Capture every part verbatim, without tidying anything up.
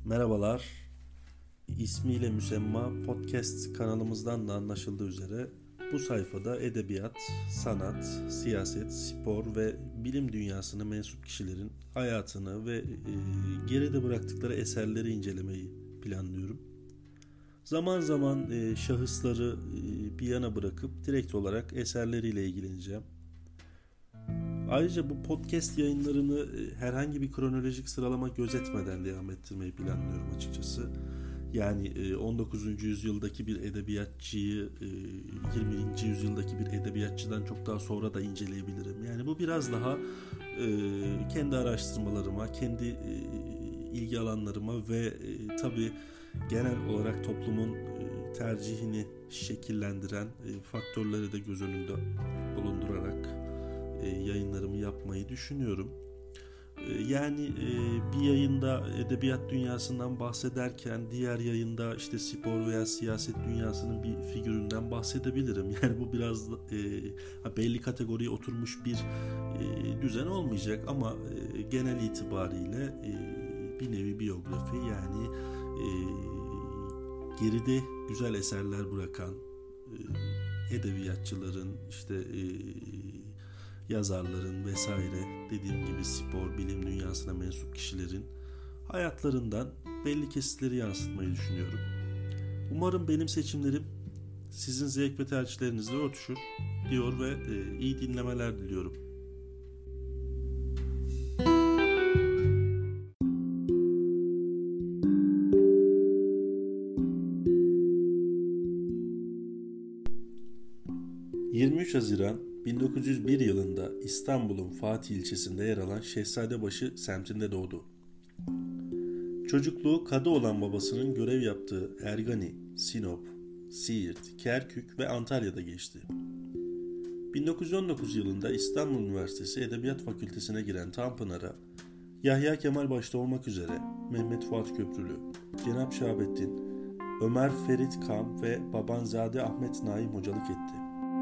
Merhabalar, ismiyle müsemma podcast kanalımızdan da anlaşıldığı üzere bu sayfada edebiyat, sanat, siyaset, spor ve bilim dünyasına mensup kişilerin hayatını ve e, geride bıraktıkları eserleri incelemeyi planlıyorum. Zaman zaman e, şahısları e, bir yana bırakıp direkt olarak eserleriyle ilgileneceğim. Ayrıca bu podcast yayınlarını e, herhangi bir kronolojik sıralama gözetmeden devam ettirmeyi planlıyorum açıkçası. Yani e, on dokuzuncu yüzyıldaki bir edebiyatçıyı e, yirminci yüzyıldaki bir edebiyatçıdan çok daha sonra da inceleyebilirim. Yani bu biraz daha e, kendi araştırmalarıma, kendi e, ilgi alanlarıma ve e, tabii genel olarak toplumun e, tercihini şekillendiren e, faktörleri de göz önünde bulundurarak e, yayınlarımı yapmayı düşünüyorum. Yani bir yayında edebiyat dünyasından bahsederken diğer yayında işte spor veya siyaset dünyasının bir figüründen bahsedebilirim. Yani bu biraz e, belli kategoriye oturmuş bir e, düzen olmayacak ama e, genel itibariyle e, bir nevi biyografi, yani e, geride güzel eserler bırakan e, edebiyatçıların, işte e, yazarların vesaire, dediğim gibi spor, bilim dünyasına mensup kişilerin hayatlarından belli kesitleri yansıtmayı düşünüyorum. Umarım benim seçimlerim sizin zevk ve tercihlerinizle örtüşür diyor ve e, iyi dinlemeler diliyorum. yirmi üç Haziran bin dokuz yüz bir yılında İstanbul'un Fatih ilçesinde yer alan Şehzadebaşı semtinde doğdu. Çocukluğu kadı olan babasının görev yaptığı Ergani, Sinop, Siirt, Kerkük ve Antalya'da geçti. bin dokuz yüz on dokuz yılında İstanbul Üniversitesi Edebiyat Fakültesine giren Tanpınar'a Yahya Kemal başta olmak üzere Mehmet Fuat Köprülü, Cenap Şahabettin, Ömer Ferit Kam ve Babanzade Ahmet Naim hocalık etti.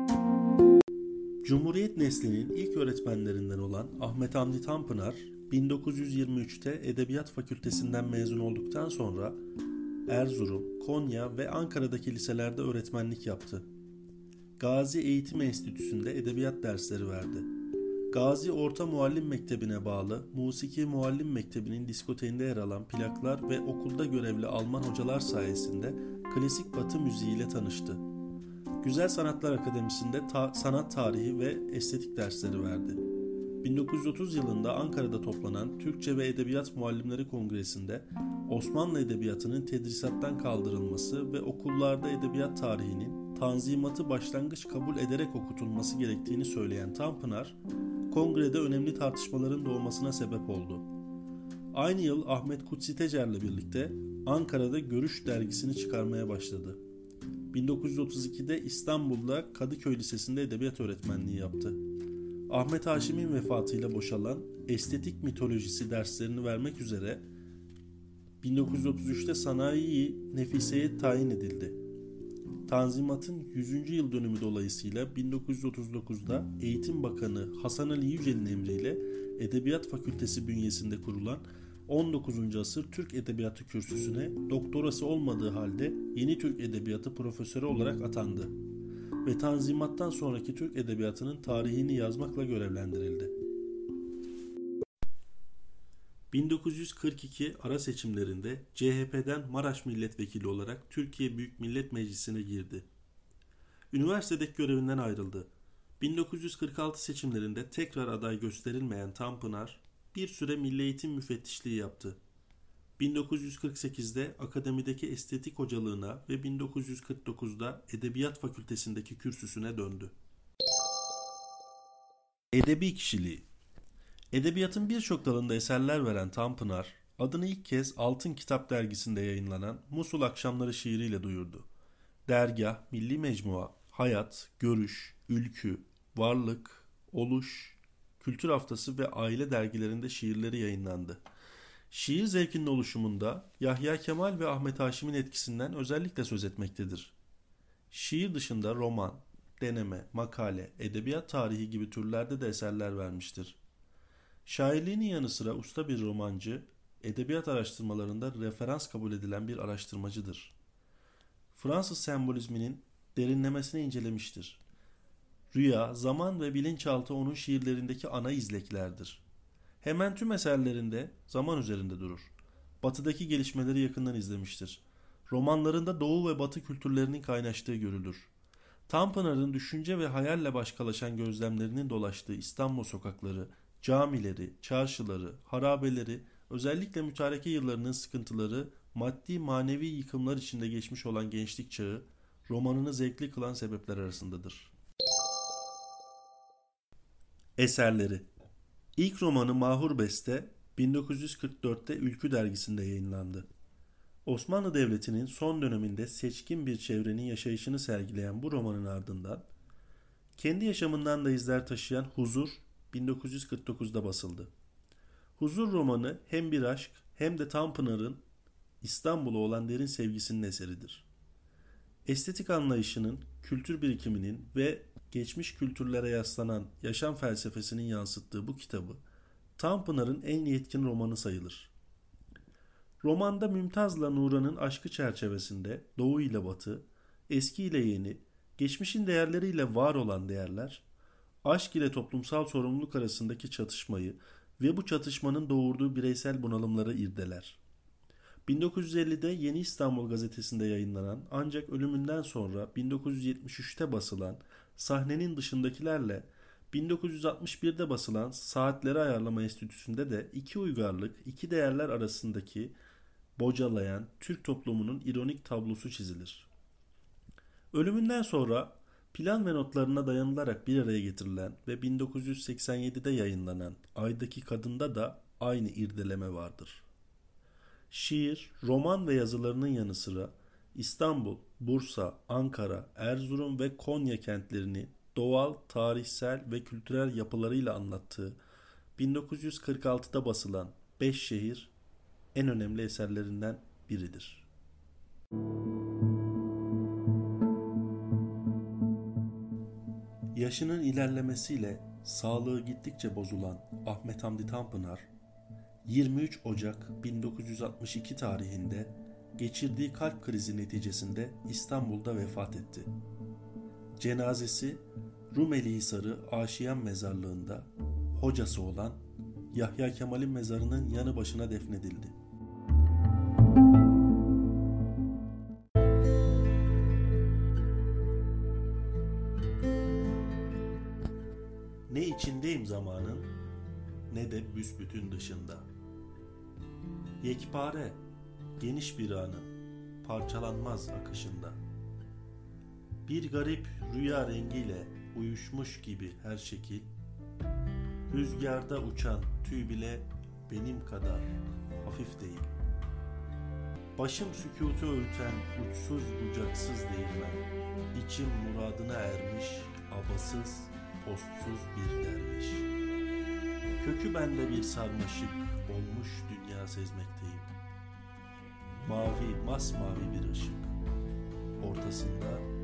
Cumhuriyet neslinin ilk öğretmenlerinden olan Ahmet Hamdi Tanpınar, bin dokuz yüz yirmi üçte Edebiyat Fakültesinden mezun olduktan sonra Erzurum, Konya ve Ankara'daki liselerde öğretmenlik yaptı. Gazi Eğitim Enstitüsü'nde edebiyat dersleri verdi. Gazi Orta Muallim Mektebi'ne bağlı Musiki Muallim Mektebi'nin diskoteğinde yer alan plaklar ve okulda görevli Alman hocalar sayesinde klasik Batı müziğiyle tanıştı. Güzel Sanatlar Akademisi'nde ta- sanat tarihi ve estetik dersleri verdi. bin dokuz yüz otuz yılında Ankara'da toplanan Türkçe ve Edebiyat Muallimleri Kongresi'nde Osmanlı Edebiyatı'nın tedrisattan kaldırılması ve okullarda edebiyat tarihinin Tanzimat'ı başlangıç kabul ederek okutulması gerektiğini söyleyen Tanpınar, kongrede önemli tartışmaların doğmasına sebep oldu. Aynı yıl Ahmet Kutsi Tecer'le birlikte Ankara'da Görüş dergisini çıkarmaya başladı. bin dokuz yüz otuz ikide İstanbul'da Kadıköy Lisesi'nde edebiyat öğretmenliği yaptı. Ahmet Haşim'in vefatıyla boşalan estetik mitolojisi derslerini vermek üzere bin dokuz yüz otuz üçte Sanayi-i Nefise'ye tayin edildi. Tanzimat'ın yüzüncü yıl dönümü dolayısıyla bin dokuz yüz otuz dokuzda Eğitim Bakanı Hasan Ali Yücel'in emriyle Edebiyat Fakültesi bünyesinde kurulan on dokuzuncu asır Türk Edebiyatı kürsüsüne doktorası olmadığı halde Yeni Türk Edebiyatı profesörü olarak atandı ve Tanzimat'tan sonraki Türk Edebiyatı'nın tarihini yazmakla görevlendirildi. bin dokuz yüz kırk iki ara seçimlerinde C H P'den Maraş milletvekili olarak Türkiye Büyük Millet Meclisi'ne girdi. Üniversitedeki görevinden ayrıldı. bin dokuz yüz kırk altı seçimlerinde tekrar aday gösterilmeyen Tanpınar bir süre Milli Eğitim Müfettişliği yaptı. bin dokuz yüz kırk sekizde akademideki estetik hocalığına ve bin dokuz yüz kırk dokuzda Edebiyat Fakültesindeki kürsüsüne döndü. Edebi kişiliği. Edebiyatın birçok dalında eserler veren Tanpınar, adını ilk kez Altın Kitap dergisinde yayınlanan Musul Akşamları şiiriyle duyurdu. Dergâh, Milli Mecmua, Hayat, Görüş, Ülkü, Varlık, Oluş, Kültür Haftası ve Aile dergilerinde şiirleri yayınlandı. Şiir zevkinin oluşumunda Yahya Kemal ve Ahmet Haşim'in etkisinden özellikle söz etmektedir. Şiir dışında roman, deneme, makale, edebiyat tarihi gibi türlerde de eserler vermiştir. Şairliğinin yanı sıra usta bir romancı, edebiyat araştırmalarında referans kabul edilen bir araştırmacıdır. Fransız sembolizminin derinlemesine incelemiştir. Rüya, zaman ve bilinçaltı onun şiirlerindeki ana izleklerdir. Hemen tüm eserlerinde zaman üzerinde durur. Batıdaki gelişmeleri yakından izlemiştir. Romanlarında Doğu ve Batı kültürlerinin kaynaştığı görülür. Tanpınar'ın düşünce ve hayalle başkalaşan gözlemlerinin dolaştığı İstanbul sokakları, camileri, çarşıları, harabeleri, özellikle mütareke yıllarının sıkıntıları, maddi manevi yıkımlar içinde geçmiş olan gençlik çağı, romanını zevkli kılan sebepler arasındadır. Eserleri: İlk romanı Mahur Beste bin dokuz yüz kırk dörtte Ülkü dergisinde yayınlandı. Osmanlı Devleti'nin son döneminde seçkin bir çevrenin yaşayışını sergileyen bu romanın ardından kendi yaşamından da izler taşıyan Huzur bin dokuz yüz kırk dokuzda basıldı. Huzur romanı hem bir aşk hem de Tanpınar'ın İstanbul'a olan derin sevgisinin eseridir. Estetik anlayışının, kültür birikiminin ve geçmiş kültürlere yaslanan yaşam felsefesinin yansıttığı bu kitabı Tanpınar'ın en yetkin romanı sayılır. Romanda Mümtaz'la Nuran'ın aşkı çerçevesinde Doğu ile Batı, eski ile yeni, geçmişin değerleriyle var olan değerler, aşk ile toplumsal sorumluluk arasındaki çatışmayı ve bu çatışmanın doğurduğu bireysel bunalımları irdeler. bin dokuz yüz ellide Yeni İstanbul gazetesinde yayınlanan ancak ölümünden sonra bin dokuz yüz yetmiş üçte basılan Sahnenin Dışındakilerle bin dokuz yüz altmış birde basılan Saatleri Ayarlama Enstitüsü'nde de iki uygarlık, iki değerler arasındaki bocalayan Türk toplumunun ironik tablosu çizilir. Ölümünden sonra plan ve notlarına dayanılarak bir araya getirilen ve bin dokuz yüz seksen yedide yayınlanan Ay'daki Kadın'da da aynı irdeleme vardır. Şiir, roman ve yazılarının yanı sıra İstanbul, Bursa, Ankara, Erzurum ve Konya kentlerini doğal, tarihsel ve kültürel yapılarıyla anlattığı bin dokuz yüz kırk altıda basılan Beş Şehir en önemli eserlerinden biridir. Yaşının ilerlemesiyle sağlığı gittikçe bozulan Ahmet Hamdi Tanpınar, yirmi üç Ocak bin dokuz yüz altmış iki tarihinde geçirdiği kalp krizi neticesinde İstanbul'da vefat etti. Cenazesi Rumelihisarı Aşiyan Mezarlığı'nda hocası olan Yahya Kemal'in mezarının yanı başına defnedildi. Ne içindeyim zamanın, ne de büsbütün dışında. Yekpare, geniş bir anın, parçalanmaz akışında. Bir garip rüya rengiyle uyuşmuş gibi her şekil, rüzgarda uçan tüy bile benim kadar hafif değil. Başım sükutu örten uçsuz bucaksız değirmen, içim muradına ermiş, abasız, postsuz bir derviş. Kökü bende bir sarmaşık olmuş dünya sezmekteyim. Mavi, masmavi bir ışık, ortasında